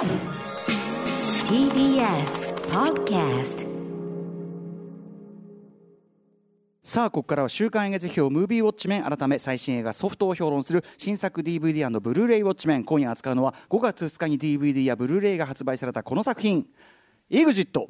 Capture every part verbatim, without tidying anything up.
ティービーエス Podcast。 さあここからは週刊映画辞表ムービーウォッチメン改め最新映画ソフトを評論する新作 ディーブイディー& ブルーレイウォッチメン。今夜扱うのはごがつふつかに ディーブイディー やブルーレイが発売されたこの作品イグジット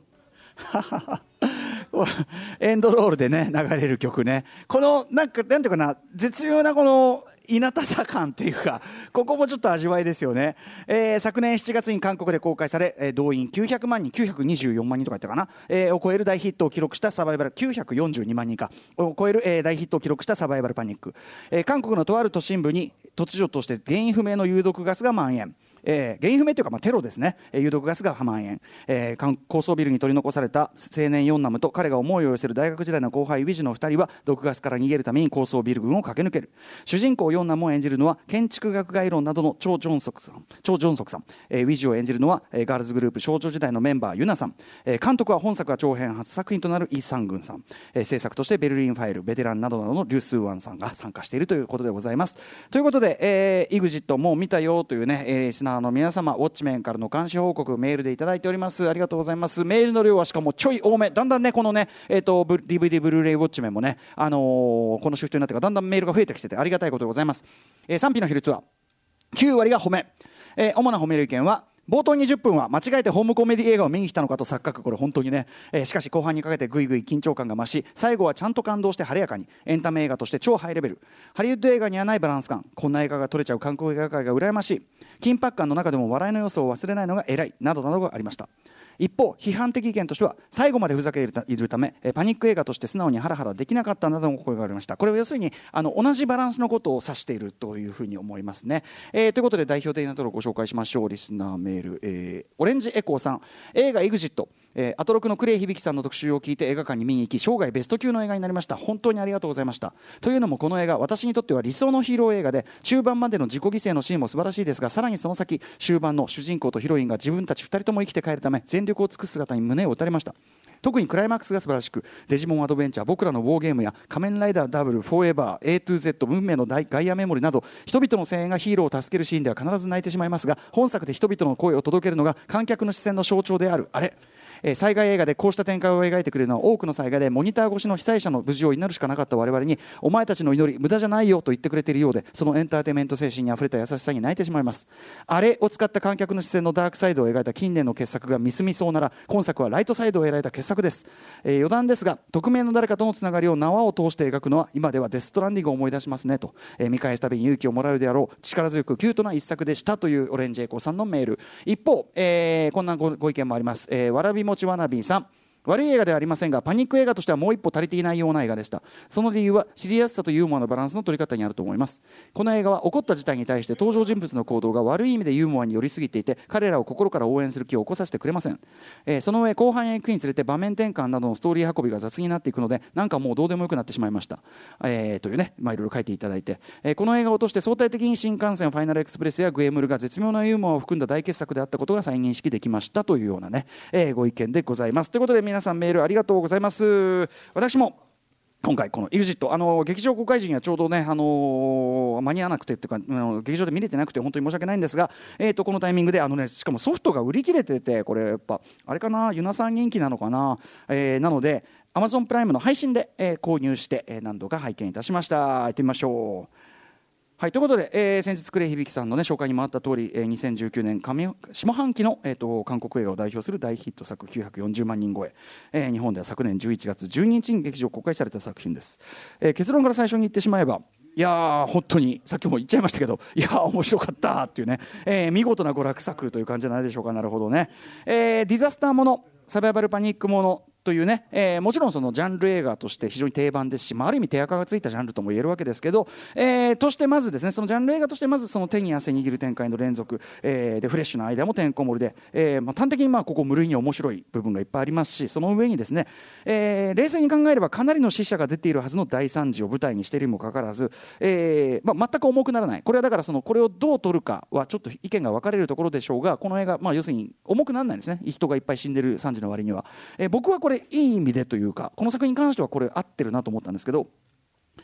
エンドロールでね流れる曲ね。このなんかなんていうかな、絶妙なこの稲田さ感っていうか、ここもちょっと味わいですよね。えー、昨年しちがつに韓国で公開され、えー、動員きゅうひゃくまんにんきゅうひゃくにじゅうよんまんにんとか言ったかな、えー、を超える大ヒットを記録したサバイバルきゅうひゃくよんじゅうにまんにんかを超える、えー、大ヒットを記録したサバイバルパニック、えー、韓国のとある都心部に突如として原因不明の有毒ガスが蔓延。えー、原因不明というか、まあ、テロですね、えー、有毒ガスが蔓延、えー、高層ビルに取り残された青年ヨンナムと彼が思いを寄せる大学時代の後輩ウィジのふたりは毒ガスから逃げるために高層ビル群を駆け抜ける。主人公ヨンナムを演じるのは建築学概論などのチョ・ジョンソクさん、チョ・ジョンソクさん、えー、ウィジを演じるのは、えー、ガールズグループ少女時代のメンバーユナさん、えー、監督は本作は長編初作品となるイ・サングンさん、えー、制作としてベルリンファイル、ベテランなどなどのリュウ・スーワンさんが参加しているということでございます。ということで、えー、イグジットもう見たよというね、えー、リスナーの皆様ウォッチメンからの監視報告メールでいただいております。ありがとうございます。メールの量はしかもちょい多め。だんだんねこのね、えー、と ディーブイディー ブルーレイウォッチメンもね、あのー、このシフトになってからだんだんメールが増えてきててありがたいことでございます。えー、賛否の比率はきゅうわりが褒め、えー、主な褒める意見は冒頭にじゅっぷんは間違えてホームコメディ映画を見に来たのかと錯覚。これ本当にね、えー、しかし後半にかけてぐいぐい緊張感が増し、最後はちゃんと感動して晴れやかに。エンタメ映画として超ハイレベル。ハリウッド映画にはないバランス感。こんな映画が撮れちゃう韓国映画界が羨ましい。緊迫感の中でも笑いの要素を忘れないのが偉いなどなどがありました。一方批判的意見としては最後までふざけているためパニック映画として素直にハラハラできなかったなどの声がありました。これは要するにあの同じバランスのことを指しているというふうに思いますね。えー、ということで代表的なところをご紹介しましょう。リスナーメール、えー、オレンジエコーさん、映画エグジット、えー、アトロクのクレイ響さんの特集を聞いて映画館に見に行き生涯ベスト級の映画になりました。本当にありがとうございました。というのもこの映画私にとっては理想のヒーロー映画で、中盤までの自己犠牲のシーンも素晴らしいですが、さらにその先終盤の主人公とヒロインが自分たちふたりとも生きて帰るため全力を尽くす姿に胸を打たれました。特にクライマックスが素晴らしく、デジモンアドベンチャー、僕らのウォーゲームや仮面ライダーダブル、フォーエバー、エートゥーゼット、運命のガイアメモリなど人々の声援がヒーローを助けるシーンでは必ず泣いてしまいますが、本作で人々の声を届けるのが観客の視線の象徴であるあれ。えー、災害映画でこうした展開を描いてくれるのは多くの災害でモニター越しの被災者の無事を祈るしかなかった我々に、お前たちの祈り無駄じゃないよと言ってくれているようで、そのエンターテインメント精神にあふれた優しさに泣いてしまいます。あれを使った観客の視線のダークサイドを描いた近年の傑作がミスミそうなら、今作はライトサイドを描いた傑作です。えー、余談ですが匿名の誰かとのつながりを縄を通して描くのは今ではデストランディングを思い出しますねと、えー、見返すたびに勇気をもらうであろう力強くキュートな一作でしたというオレンジエコーさんのメール。一方、えー、こんな ご, ご意見もあります。えー、わらびもちわなびさん、悪い映画ではありませんがパニック映画としてはもう一歩足りていないような映画でした。その理由はシリアスさとユーモアのバランスの取り方にあると思います。この映画は起こった事態に対して登場人物の行動が悪い意味でユーモアに寄りすぎていて、彼らを心から応援する気を起こさせてくれません。えー、その上後半へ行くにつれて場面転換などのストーリー運びが雑になっていくので、なんかもうどうでもよくなってしまいました。えー、というね、まあ、いろいろ書いていただいて、えー、この映画を通して相対的に新幹線ファイナルエクスプレスやグエムルが絶妙なユーモアを含んだ大傑作であったことが再認識できましたというようなね、えー、ご意見でございます。ということで皆さんメールありがとうありがとうございます。私も今回この イグジット、あの劇場公開時にはちょうどね、あのー、間に合わなくてっていうか、あの劇場で見れてなくて本当に申し訳ないんですが、えー、とこのタイミングであの、ね、しかもソフトが売り切れてて、これやっぱあれかな、ユナさん人気なのかな、えー、なので Amazon プライムの配信で、えー、購入して、えー、何度か拝見いたしました。行ってみましょう。はい、ということで、えー、先日クレイ響さんの、ね、紹介にもあった通り、えー、にせんじゅうきゅうねん上下半期の、えー、と韓国映画を代表する大ヒット作きゅうひゃくよんじゅうまんにん超え、えー、日本では昨年じゅういちがつじゅうににちに劇場公開された作品です。えー、結論から最初に言ってしまえば、いやー本当にさっきも言っちゃいましたけど、いやー面白かったっていうね、えー、見事な娯楽作という感じじゃないでしょうか。なるほどね、えー、ディザスターもの、サバイバルパニックものというね、えー、もちろんそのジャンル映画として非常に定番ですし、まあ、ある意味手垢がついたジャンルとも言えるわけですけど、えー、としてまずですね、そのジャンル映画としてまずその手に汗握る展開の連続、えー、でフレッシュな間もてんこ盛りで、えーまあ、端的にまあここ無類に面白い部分がいっぱいありますし、その上にですね、えー、冷静に考えればかなりの死者が出ているはずの大惨事を舞台にしているにもかかわらず、えーまあ、全く重くならない。これはだからそのこれをどう取るかはちょっと意見が分かれるところでしょうが、この映画、まあ、要するに重くならないんですね。人がいっぱい死んでる惨事の割には、えー、僕はこれいい意味でというか、この作品に関してはこれ合ってるなと思ったんですけど、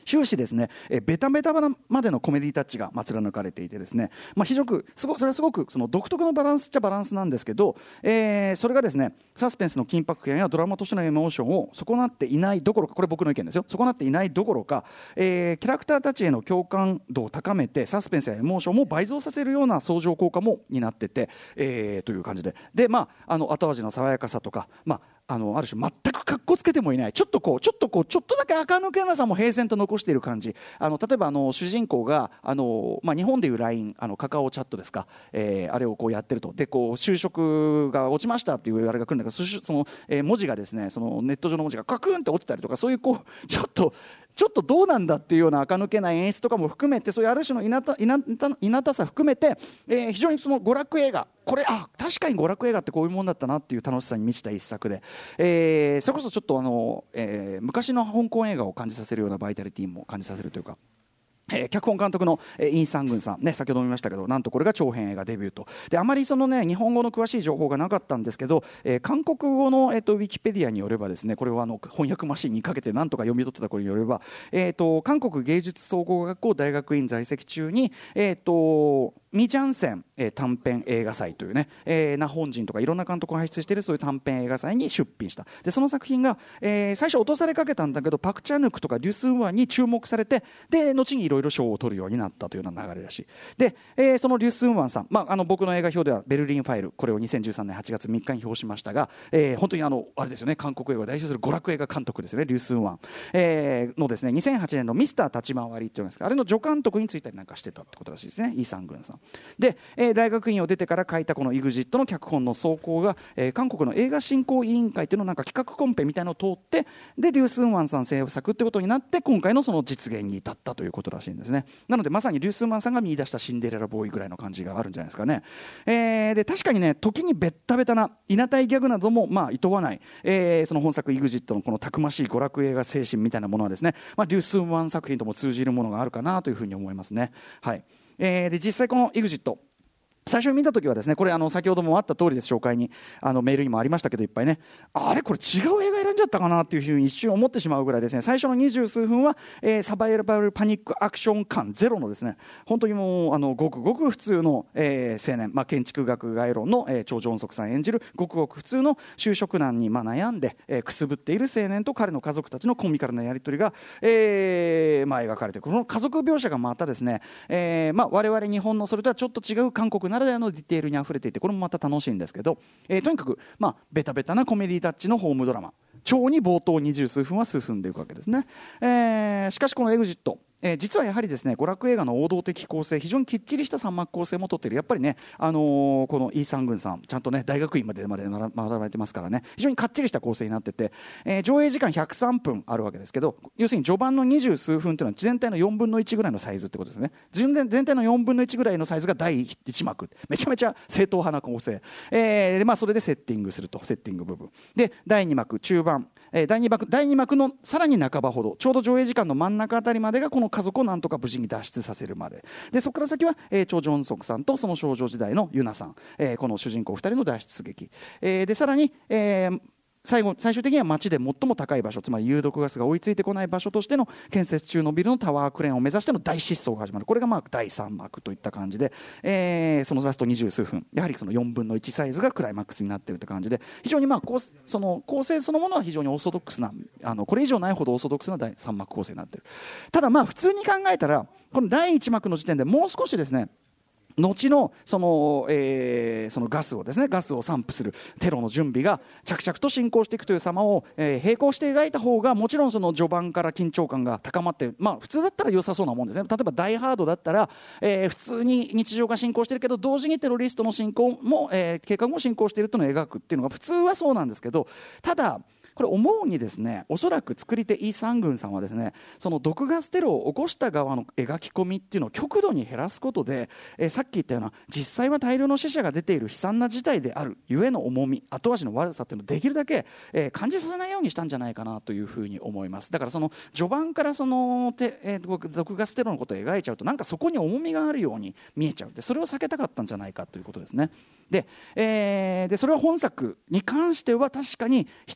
終始ですね、えベタベタまでのコメディタッチが貫かれていてですね、まあ、非常にすごそれはすごくその独特のバランスっちゃバランスなんですけど、えー、それがですねサスペンスの緊迫感やドラマとしてのエモーションを損なっていないどころか、これ僕の意見ですよ、損なっていないどころか、えー、キャラクターたちへの共感度を高めてサスペンスやエモーションも倍増させるような相乗効果も担ってて、えー、という感じで、で、まあ、あの後味の爽やかさとか、まああのある種全くかっこつけてもいないちょっとこうちょっとこうちょっとだけ垢抜けなさも平然と残している感じ。あの例えばあの主人公があの、まあ、日本でいう ライン あのカカオチャットですか、えー、あれをこうやってると、でこう就職が落ちましたっていうあれが来るんだけど、その、えー、文字がですねそのネット上の文字がカクンって落ちたりとか、そういうこうちょっとちょっとどうなんだっていうような垢抜けない演出とかも含めて、そういうある種のいなた、いなた、いなたさ含めて、えー、非常にその娯楽映画、これあ確かに娯楽映画ってこういうもんだったなっていう楽しさに満ちた一作で、えー、それこそちょっとあの、えー、昔の香港映画を感じさせるようなバイタリティも感じさせるというか、えー、脚本監督の、えー、イン・サングンさん、ね、先ほども言いましたけど、なんとこれが長編映画デビューと。であまりその、ね、日本語の詳しい情報がなかったんですけど、えー、韓国語の、えー、とウィキペディアによればですね、これはあの翻訳マシンにかけてなんとか読み取ってたこれによれば、えー、と韓国芸術総合学校大学院在籍中に、えー、とミジャンセン、えー、短編映画祭というね、えー、ナホンジンとかいろんな監督を輩出しているそういう短編映画祭に出品した。でその作品が、えー、最初落とされかけたんだけどパク・チャヌクとかリュ・スンワンに注目されて、で後にいろいろ賞を取るようになったというような流れらしい。で、えー、そのリュ・スンワンさん、まあ、あの僕の映画表ではベルリンファイル、これをにせんじゅうさんねんはちがつみっかに表しましたが、えー、本当にあのあれですよね、韓国映画を代表する娯楽映画監督ですよね、リュ・スンワン、えー、のですねにせんはちねんのミスター立ち回りっていうんですか、あれの助監督についたりなんかしてたってことらしいですね、イ・サングンさんで、えー、大学院を出てから書いたこの イグジット の脚本の草稿が、えー、韓国の映画振興委員会というのをなんか企画コンペみたいなのを通って、でリュ・スンワンさん制作ってことになって今回のその実現に至ったということらしいんですね。なのでまさにリュ・スンワンさんが見出したシンデレラボーイぐらいの感じがあるんじゃないですかね。えー、で確かにね時にベッタベタないなたいギャグなどもまあ厭わない、えー、その本作 イグジット のこのたくましい娯楽映画精神みたいなものはですね、まあ、リュ・スンワン作品とも通じるものがあるかなというふうに思いますね。はい。えー、で実際この イグジット最初に見たときはですね、これあの先ほどもあった通りです、紹介にあのメールにもありましたけどいっぱいね、あれこれ違う映画選んじゃったかなっていうふうに一瞬思ってしまうぐらいですね、最初の二十数分は、えー、サバイバルパニックアクション感ゼロのですね、本当にもうあのごくごく普通の、えー、青年、まあ、建築学概論の、えー、チョ・ジョンソクさん演じるごくごく普通の就職難にまあ悩んで、えー、くすぶっている青年と彼の家族たちのコミカルなやり取りが、えーまあ、描かれている。この家族描写がまたですね、えーまあ、我々日本のそれとはちょっと違う韓国ならではのディテールに溢れていて、これもまた楽しいんですけど、えー、とにかく、まあ、ベタベタなコメディタッチのホームドラマ、超に冒頭二十数分は進んでいくわけですね。えー、しかしこのエグジット、えー、実はやはりですね娯楽映画の王道的構成、非常にきっちりした三幕構成もとっている。やっぱりね、あのー、このイ・サングンさんちゃんとね大学院までまで学ばれてますからね、非常にかっちりした構成になってて、えー、上映時間ひゃくさんぷんあるわけですけど、要するに序盤の二十数分というのは全体のよんぶんのいちぐらいのサイズってことですね。全全体のよんぶんのいちぐらいのサイズがだいいち幕、めちゃめちゃ正統派な構成、えーでまあ、それでセッティングすると、セッティング部分でだいに幕中盤、えー、だいに幕だいに幕のさらに半ばほど、ちょうど上映時間の真ん中あたりまでがこの家族をなんとか無事に脱出させるまでで、そこから先は、えー、チョ・ジョンソクさんとその少女時代のユナさん、えー、この主人公ふたりの脱出劇、えー、でさらに、えー最後最終的には街で最も高い場所、つまり有毒ガスが追いついてこない場所としての建設中のビルのタワークレーンを目指しての大失踪が始まる。これがまあだいさん幕といった感じで、えー、そのラスト二十数分、やはりそのよんぶんのいちサイズがクライマックスになっているという感じで、非常にまあこうその構成そのものは非常にオーソドックスな、あのこれ以上ないほどオーソドックスなだいさん幕構成になっている。ただまあ普通に考えたらこのだいいち幕の時点でもう少しですね、後のその、えー、そのガスをですねガスを散布するテロの準備が着々と進行していくという様を、えー、並行して描いた方がもちろんその序盤から緊張感が高まって、まあ、普通だったら良さそうなもんですね。例えばダイハードだったら、えー、普通に日常が進行しているけど同時にテロリストの進行も、えー、計画も進行しているというのを描くっていうのが普通はそうなんですけど、ただこれ思うにですね、おそらく作り手イ・サングンさんはですね、その毒ガステロを起こした側の描き込みっていうのを極度に減らすことで、えー、さっき言ったような実際は大量の死者が出ている悲惨な事態であるゆえの重み、後味の悪さっていうのをできるだけ、えー、感じさせないようにしたんじゃないかなというふうに思います。だからその序盤からそのて、えー、毒ガステロのことを描いちゃうとなんかそこに重みがあるように見えちゃう。でそれを避けたかったんじゃないかということですね。で、えー、でそれは本作に関しては確かに一つの成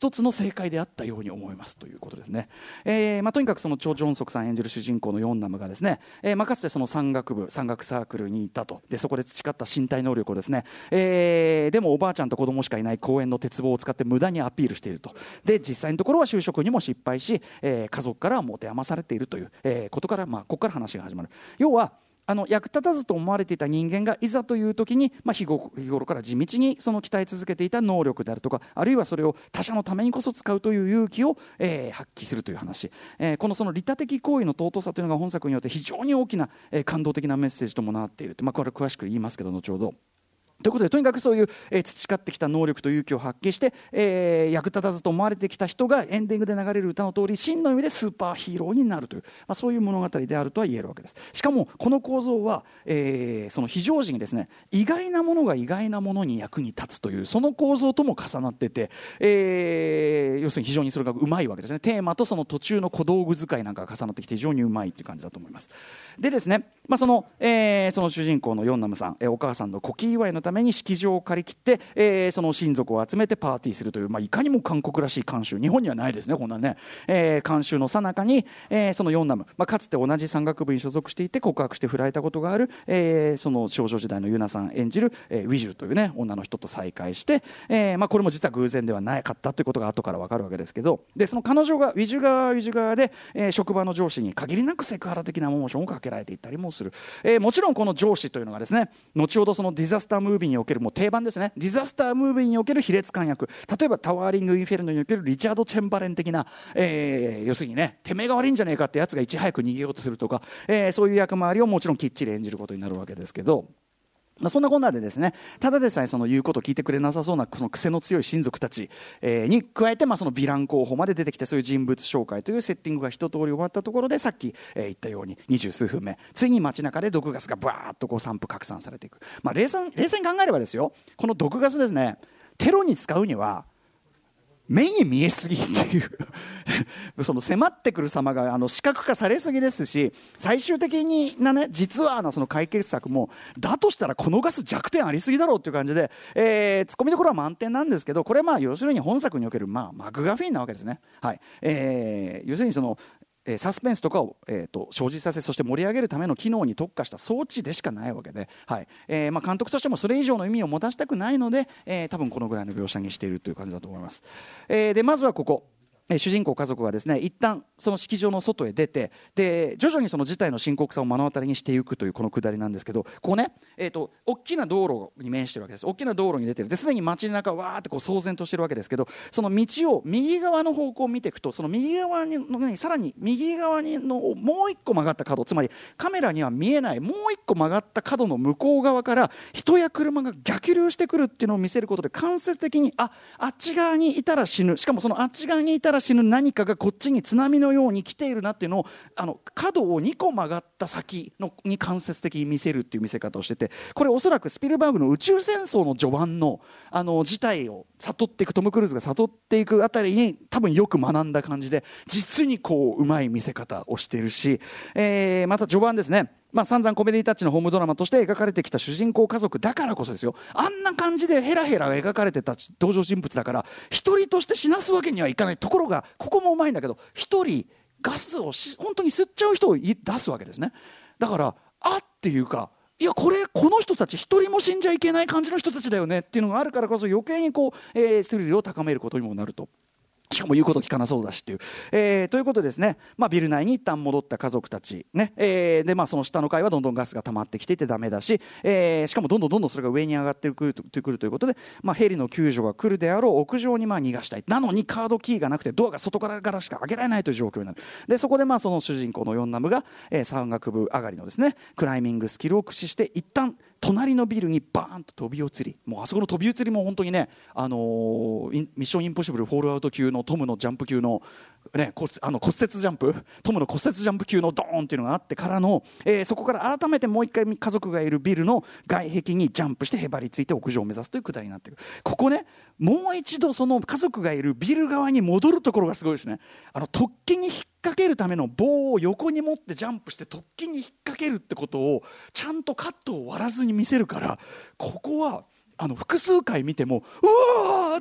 正解であったように思いますということですね。えーまあ、とにかくそのチョ・ジョンソクさん演じる主人公のヨンナムがですね、えーまあ、かつてその山岳部山岳サークルにいたと。でそこで培った身体能力をですね、えーでもおばあちゃんと子供しかいない公園の鉄棒を使って無駄にアピールしていると。で実際のところは就職にも失敗し、えー家族からは持て余されているという、えーことから、まあ、ここから話が始まる。要はあの役立たずと思われていた人間がいざという時に、まあ、日頃、日頃から地道にその鍛え続けていた能力であるとか、あるいはそれを他者のためにこそ使うという勇気を、えー発揮するという話、えーこのその利他的行為の尊さというのが本作によって非常に大きな、えー感動的なメッセージともなっていると、まあ、これ詳しく言いますけど後ほど。ということでとにかくそういう、えー培ってきた能力と勇気を発揮して、えー役立たずと思われてきた人がエンディングで流れる歌の通り真の意味でスーパーヒーローになるという、まあ、そういう物語であるとは言えるわけです。しかもこの構造は、えーその非常時にですね、意外なものが意外なものに役に立つというその構造とも重なってて、えー要するに非常にそれがうまいわけですね。テーマとその途中の小道具使いなんかが重なってきて非常にうまいという感じだと思います。でですね、まあ、その、えーその主人公のヨンナムさん、えーお母さんの古希祝いのために式場を借り切って、えーその親族を集めてパーティーするという、まあ、いかにも韓国らしい慣習、日本にはないですねこんなね、えー慣習の最中に、えーそのヨンナム、まあ、かつて同じ山岳部に所属していて告白して振られたことがある、えーその少女時代のユナさん演じる、えーウィジュというね女の人と再会して、えーまあ、これも実は偶然ではなかったということが後から分かるわけですけど、でその彼女がウィジュ側ウィジュ側で、えー職場の上司に限りなくセクハラ的なモーションをかけられていったりもする、えーもちろんこの上司というのがですね、後ほどそのディザスタームービーにおけるもう定番ですね、ディザスタームービーにおける卑劣漢役、例えばタワーリングインフェルノにおけるリチャード・チェンバレン的な、えー要するにねてめえが悪いんじゃねえかってやつがいち早く逃げようとするとか、えーそういう役回りをもちろんきっちり演じることになるわけですけど、まあ、そんなこんなでですね、ただでさえその言うことを聞いてくれなさそうなその癖の強い親族たち、えーに加えて、まあそのヴィラン候補まで出てきてそういう人物紹介というセッティングが一通り終わったところで、さっき、えー言ったように二十数分目、ついに街中で毒ガスがバーッとこう散布拡散されていく。まあ、冷静冷静に考えればですよ、この毒ガスですね、テロに使うには目に見えすぎっていうその迫ってくる様があの視覚化されすぎですし、最終的にな、ね、実はのその解決策もだとしたらこのガス弱点ありすぎだろうっていう感じで、えー、ツッコミどころは満点なんですけど、これはまあ要するに本作における、まあ、マクガフィンなわけですね、はい、えー、要するにそのえー、サスペンスとかを、えー、と生じさせ、そして盛り上げるための機能に特化した装置でしかないわけで、はい、えーまあ、監督としてもそれ以上の意味を持たせたくないので、えー、多分このぐらいの描写にしているという感じだと思います。えー、でまずはここ、えー主人公家族がですね一旦その式場の外へ出て、で徐々にその事態の深刻さを目の当たりにしていくというこのくだりなんですけど、ここね、えー、と大きな道路に面しているわけです。大きな道路に出てる、ですでに街中わーってこう騒然としているわけですけど、その道を右側の方向を見ていくと、その右側にの、ね、さらに右側にのもう一個曲がった角、つまりカメラには見えないもう一個曲がった角の向こう側から人や車が逆流してくるっていうのを見せることで、間接的にああっち側にいたら死ぬ、しかもそのあっち側にいたら死ぬ何かがこっちに津波のように来ているなっていうのを、あの角をにこ曲がった先のに間接的に見せるっていう見せ方をしてて、これおそらくスピルバーグの宇宙戦争の序盤のあの事態を悟っていく、トム・クルーズが悟っていくあたりに多分よく学んだ感じで、実にこううまい見せ方をしているし、えー、また序盤ですね、まあ、散々コメディタッチのホームドラマとして描かれてきた主人公家族だからこそですよ、あんな感じでヘラヘラ描かれてた登場人物だから一人として死なすわけにはいかないところが、ここもうまいんだけど、一人ガスをし本当に吸っちゃう人を出すわけですね。だからあっていうか、いやこれこの人たち一人も死んじゃいけない感じの人たちだよねっていうのがあるからこそ余計にこう、えー、スリルを高めることにもなると。しかも言うこと聞かなそうだしっていう、えー、ということでですね、まあ、ビル内に一旦戻った家族たち、ねえーでまあ、その下の階はどんどんガスが溜まってきていてダメだし、えー、しかもどんどんどんどんそれが上に上がってくる と, くるということで、まあ、ヘリの救助が来るであろう屋上にまあ逃がしたい、なのにカードキーがなくてドアが外からしか開けられないという状況になる。でそこでまあその主人公のヨンナムが、えー、山岳部上がりのですねクライミングスキルを駆使して一旦隣のビルにバーンと飛び移り、もうあそこの飛び移りも本当にね、あのー、ミッションインポッシブルフォールアウト級のトムのジャンプ級の、ね、骨あの骨折ジャンプ、トムの骨折ジャンプ級のドーンっていうのがあってからの、えー、そこから改めてもう一回家族がいるビルの外壁にジャンプしてへばりついて屋上を目指すというくだりになっている。ここね、もう一度その家族がいるビル側に戻るところがすごいですね。あの突起に引っ掛けるための棒を横に持ってジャンプして突起に引っ掛けるってことをちゃんとカットを割らずに見せるから、ここはあの複数回見てもうわーっ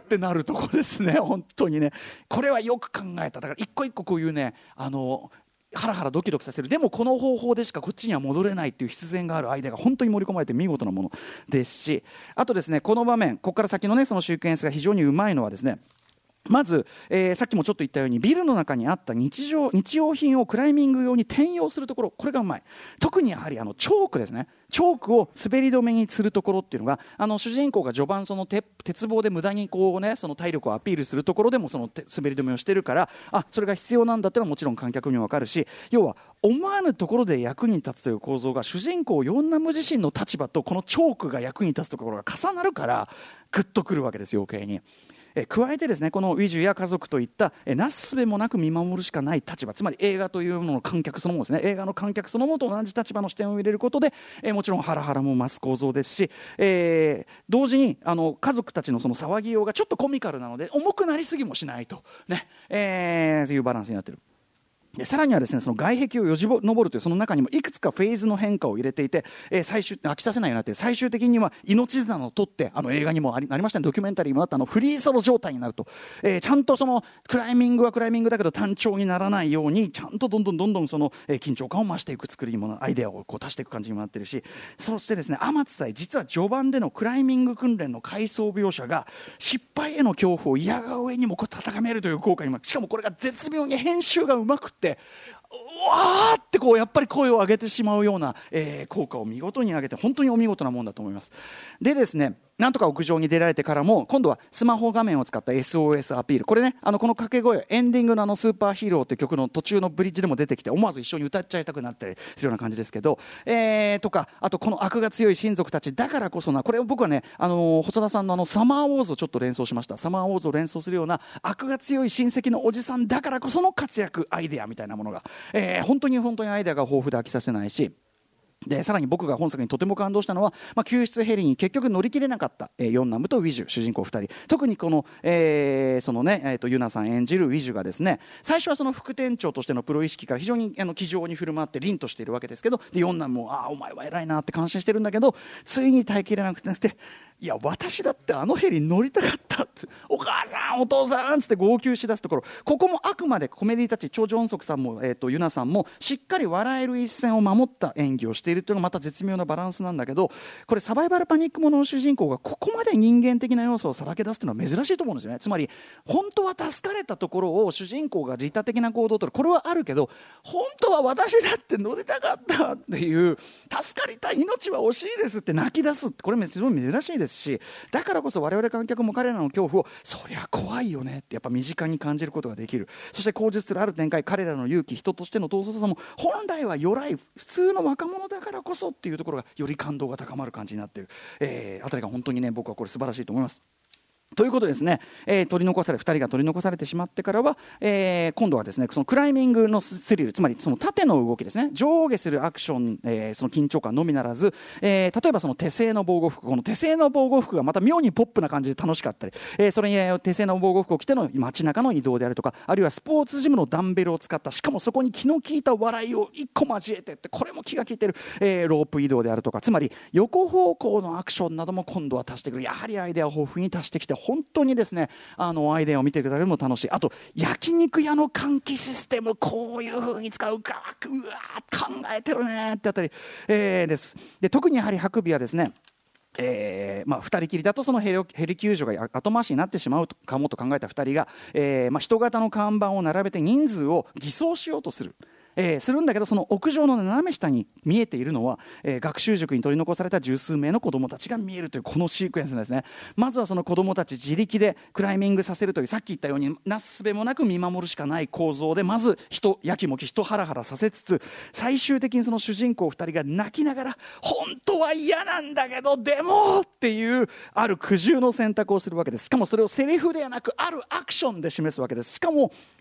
ってなるところですね。本当にね、これはよく考えた。だから一個一個こういうね、あのハラハラドキドキさせる、でもこの方法でしかこっちには戻れないっていう必然があるアイデアが本当に盛り込まれて見事なものですし、あとですね、この場面、ここから先のねそのシークエンスが非常にうまいのはですね、まず、えー、さっきもちょっと言ったようにビルの中にあった日常日用品をクライミング用に転用するところ、これがうまい。特にやはりあのチョークですね、チョークを滑り止めにするところっていうのが、あの主人公が序盤その鉄鉄棒で無駄にこう、ね、その体力をアピールするところでもその滑り止めをしてるから、あ、それが必要なんだっていうのはもちろん観客にも分かるし、要は思わぬところで役に立つという構造が主人公ヨンナム自身の立場とこのチョークが役に立つところが重なるからグッとくるわけですよ、余計に。え加えてですね、このウィジュや家族といったえなすすべもなく見守るしかない立場、つまり映画というものの観客そのものですね、映画の観客そのものと同じ立場の視点を入れることで、えもちろんハラハラも増す構造ですし、えー、同時にあの家族たちのその騒ぎようがちょっとコミカルなので重くなりすぎもしないと、ねえー、というバランスになっている。でさらにはですね、その外壁をよじ登るというその中にもいくつかフェーズの変化を入れていて、えー、最終飽きさせないようになって、最終的には命綱を取って、あの映画にもありなりましたね、ドキュメンタリーもあったあのフリーソロ状態になると、えー、ちゃんとそのクライミングはクライミングだけど単調にならないようにちゃんとどんどんどんどんその、えー、緊張感を増していく作りにもアイデアをこう足していく感じにもなっているし、そしてですね、天津隊実は序盤でのクライミング訓練の回想描写が失敗への恐怖を嫌が上にもこう高めるという効果にも、しかもこれが絶妙に編集がうまくってうわーってこうやっぱり声を上げてしまうような、えー、効果を見事に上げて本当にお見事なもんだと思います。でですね、なんとか屋上に出られてからも今度はスマホ画面を使った エスオーエス アピール、これね、あのこの掛け声エンディングのあのスーパーヒーローという曲の途中のブリッジでも出てきて思わず一緒に歌っちゃいたくなったりするような感じですけど、えー、とかあとこの悪が強い親族たちだからこそな、これを僕はね、あの細田さんのあのサマーウォーズをちょっと連想しました。サマーウォーズを連想するような悪が強い親戚のおじさんだからこその活躍アイデアみたいなものが、えー、本当に本当にアイデアが豊富で飽きさせないし、でさらに僕が本作にとても感動したのは、まあ、救出ヘリに結局乗り切れなかった、えー、ヨンナムとウィジュ主人公ふたり、特にこの、えーそのねえー、とユナさん演じるウィジュがですね、最初はその副店長としてのプロ意識から非常にあの気丈に振る舞って凛としているわけですけど、でヨンナムもああお前は偉いなって感心してるんだけど、ついに耐えきれなくて、いや私だってあのヘリ乗りたかったって、お母さんお父さんっつって号泣しだすところ、ここもあくまでコメディたちチョ・ジョンソクさんも、えー、とユナさんもしっかり笑える一線を守った演技をしているというのがまた絶妙なバランスなんだけど、これサバイバルパニックものの主人公がここまで人間的な要素をさらけ出すというのは珍しいと思うんですよね。つまり本当は助かれたところを主人公が自他的な行動を取る、これはあるけど本当は私だって乗りたかったっていう、助かりたい命は惜しいですって泣き出すって、これすごい珍しいですし、だからこそ我々観客も彼らの恐怖をそりゃ怖いよねってやっぱ身近に感じることができる。そして口述するある展開、彼らの勇気、人としての統率さも本来はよらい普通の若者だからこそっていうところがより感動が高まる感じになっている、えー、あたりが本当にね僕はこれ素晴らしいと思います。ということですね、えー、取り残されふたりが取り残されてしまってからは、えー、今度はですねそのクライミングのスリル、つまりその縦の動きですね、上下するアクション、えー、その緊張感のみならず、えー、例えばその手製の防護服、この手製の防護服がまた妙にポップな感じで楽しかったり、えー、それに、えー、手製の防護服を着ての街中の移動であるとか、あるいはスポーツジムのダンベルを使った、しかもそこに気の利いた笑いを一個交えてって、これも気が利いてる、えー、ロープ移動であるとか、つまり横方向のアクションなども今度は足してくる。やはりアイデアを豊富に足してきて本当にですね、あのアイデアを見ていくだけでも楽しい。あと焼肉屋の換気システム、こういう風に使うか、うわ考えてるねってあたり、えー、ですで特にやはりハクビはですね、えーまあ、ふたりきりだとそのヘリ、ヘリ救助が後回しになってしまうかもと考えたふたりが、えーまあ、人型の看板を並べて人数を偽装しようとする。えー、するんだけど、その屋上の斜め下に見えているのは、えー、学習塾に取り残された十数名の子どもたちが見えるというこのシークエンスですね。まずはその子どもたち自力でクライミングさせるという、さっき言ったようになすすべもなく見守るしかない構造で、まず人やきもき人ハラハラさせつつ、最終的にその主人公ふたりが泣きながら本当は嫌なんだけどでもっていうある苦渋の選択をするわけです。しかもそれをセリフではなくあるアクションで示すわけです。しかも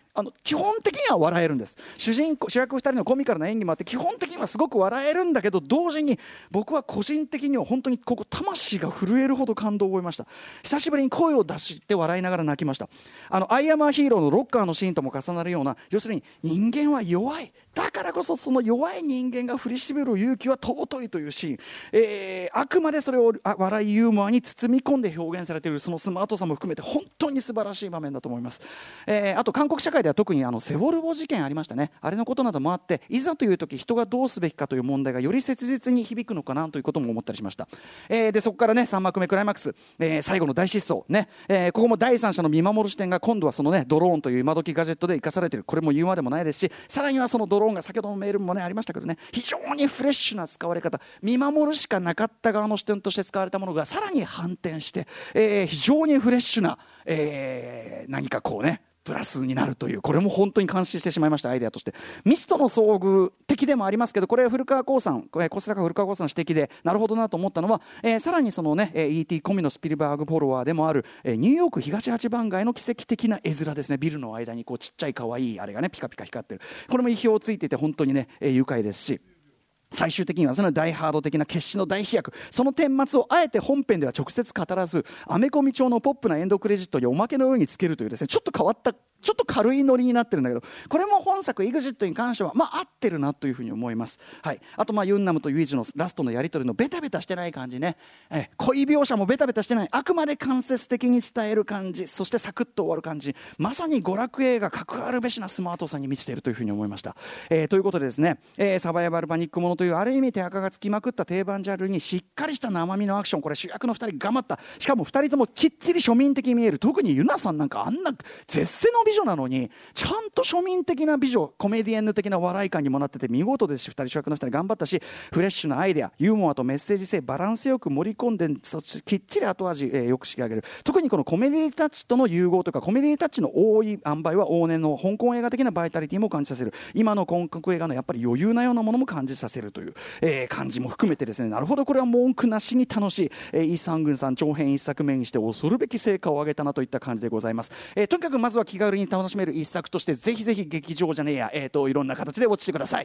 あの基本的には笑えるんです。主人公主役ふたりのコミカルな演技もあって基本的にはすごく笑えるんだけど、同時に僕は個人的には本当にここ魂が震えるほど感動を覚えました。久しぶりに声を出して笑いながら泣きました。あのアイアムアヒーローのロッカーのシーンとも重なるような、要するに人間は弱い、だからこそその弱い人間が振り絞る勇気は尊いというシーン、えー、あくまでそれを笑いユーモアに包み込んで表現されているそのスマートさも含めて本当に素晴らしい場面だと思います。えー、あと韓国社会では特にあのセウォル号事件ありましたね。あれのことなどもあって、いざという時人がどうすべきかという問題がより切実に響くのかなということも思ったりしました。えー、でそこからねさん幕目クライマックス、えー、最後の大失踪ね、えー、ここも第三者の見守る視点が今度はそのねドローンという今時ガジェットで生かされている。これも言うまでもないですし、さらにはそのドローンが先ほどのメールもねありましたけどね、非常にフレッシュな使われ方、見守るしかなかった側の視点として使われたものがさらに反転して、えー、非常にフレッシュな、えー、何かこうねプラスになるという、これも本当に感心してしまいました。アイデアとしてミストの遭遇的でもありますけど、これは古川光さん、小坂古川光さんの指摘でなるほどなと思ったのは、えー、さらにそのね イーティー 込みのスピルバーグフォロワーでもある、えー、ニューヨーク東八番街の奇跡的な絵面ですね。ビルの間にこうちっちゃい可愛いあれがねピカピカ光ってる、これも意表をついていて本当にね、えー、愉快ですし、最終的にはその大ハード的な決死の大飛躍、その顛末をあえて本編では直接語らずアメコミ調のポップなエンドクレジットにおまけのようにつけるというですね、ちょっと変わったちょっと軽いノリになってるんだけど、これも本作 イグジット に関してはまあ合ってるなというふうに思います。はい、あとまあユンナムとユイジのラストのやり取りのベタベタしてない感じね、え恋描写もベタベタしてない、あくまで間接的に伝える感じ、そしてサクッと終わる感じ、まさに娯楽映画格あるべしなスマートさに満ちているというふうに思いました。えー、ということでですね、えー、サバイバルパニックものというある意味手垢がつきまくった定番ジャンルにしっかりした生身のアクション、これ主役のふたり頑張った、しかもふたりともきっちり庶民的に見える。特にユナさんなんかあんな絶世の美女なのにちゃんと庶民的な美女、コメディエンヌ的な笑い感にもなってて見事ですし、ふたり主役のふたり頑張ったし、フレッシュなアイデア、ユーモアとメッセージ性バランスよく盛り込んで、そきっちり後味、えー、よく仕上げる。特にこのコメディタッチとの融合とかコメディタッチの多い塩梅は往年の香港映画的なバイタリティも感じさせる、今の韓国映画のやっぱり余裕なようなものも感じさせるという、えー、感じも含めてですね、なるほどこれは文句なしに楽しい、えー、イ・サングンさん長編一作目にして恐るべき成果を上げたなといった感じでございます。えー、とにかくまずは気軽に楽しめる一作としてぜひぜひ劇場じゃねえや、えー、といろんな形でウォッチしてください。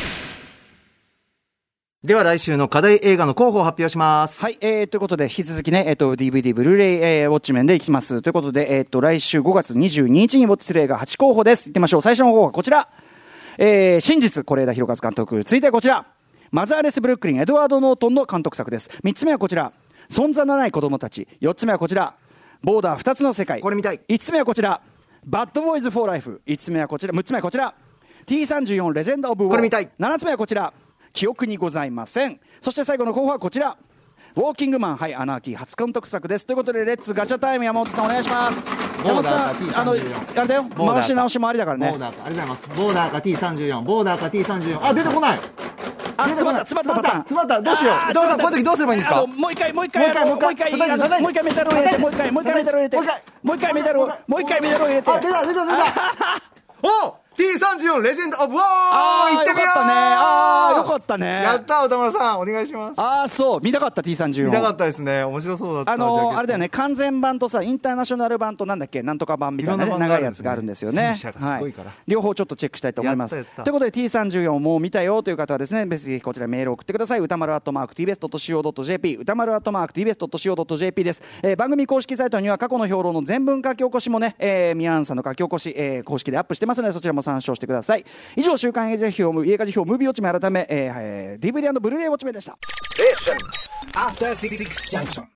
では来週の課題映画の候補を発表します。 はい、えー、ということで引き続きね、えー、と ディーブイディー ブルーレイ、えー、ウォッチ面でいきますということで、えー、と来週ごがつにじゅうににちにウォッチする映画はち候補です。いってみましょう。最初の候補はこちら、えー、真実是枝裕和監督。続いてはこちら、マザーレスブルックリンエドワード・ノートンの監督作です。みっつめはこちら、存在のない子供たち。よっつめはこちら、ボーダーふたつの世界。 これ見たい。 いつつめはこちら、バッドボーイズ・フォー・ライフ。いつつめはこちら、むっつめはこちら、 ティーさんじゅうよん レジェンド・オブ・ウォー。 これ見たい。 ななつめはこちら、記憶にございません。そして最後の候補はこちら、ウォーキングマン、はい、アナーキー初監督作です。ということでレッツガチャタイム、山本さんお願いします。山本さん、あのあれだよ、回し直しもありだからね。 ボーダーか、ありがとうございます。ボーダーか ティーさんじゅうよん、ボーダーか ティーさんじゅうよん、あ出てこない。 あ、詰まった詰まったパターン、 詰まった、どうしよう。伊藤さんこういう時どうすればいいんですか。 もう一回もう一回もう一回もう一回もう一回メダルを入れて、もう一回もう一回メダルを入れて、もう一回メダルをもう一回メダルを入れて、 あ出た出た出たおティーさんじゅうよん レジェンドオブウォー。 あー行ってみよう。 よかったね。あーよかったね。 やった歌村さんお願いします。 ああそう、見たかった ティーさんじゅうよん。 見たかったですね。面白そうだった。 あのー、あれだよね、完全版とさインターナショナル版となんだっけ、なんとか版みたいな、ね、長いやつがあるんですよね。 戦車がすごいから、 はい、両方ちょっとチェックしたいと思います。 やったやったということで ティーさんじゅうよん もう見たよという方はですね、別にこちらメールを送ってください。歌丸アットマーク ティービーエスドットシーオードットジェーピー 歌丸アットマーク ティービーエスドットシーオードットジェーピー です。えー、番組公式サイトには過去の評論の全文書き起こしもね、えー、ミヤンさんの書き起こし、えー、公式でアップしてますのでそちらも参照してください。以上週刊映画辞表、映画辞表ムービーウォッチメ改め、えー、ディーブイディー ブルーレイウォッチメでした。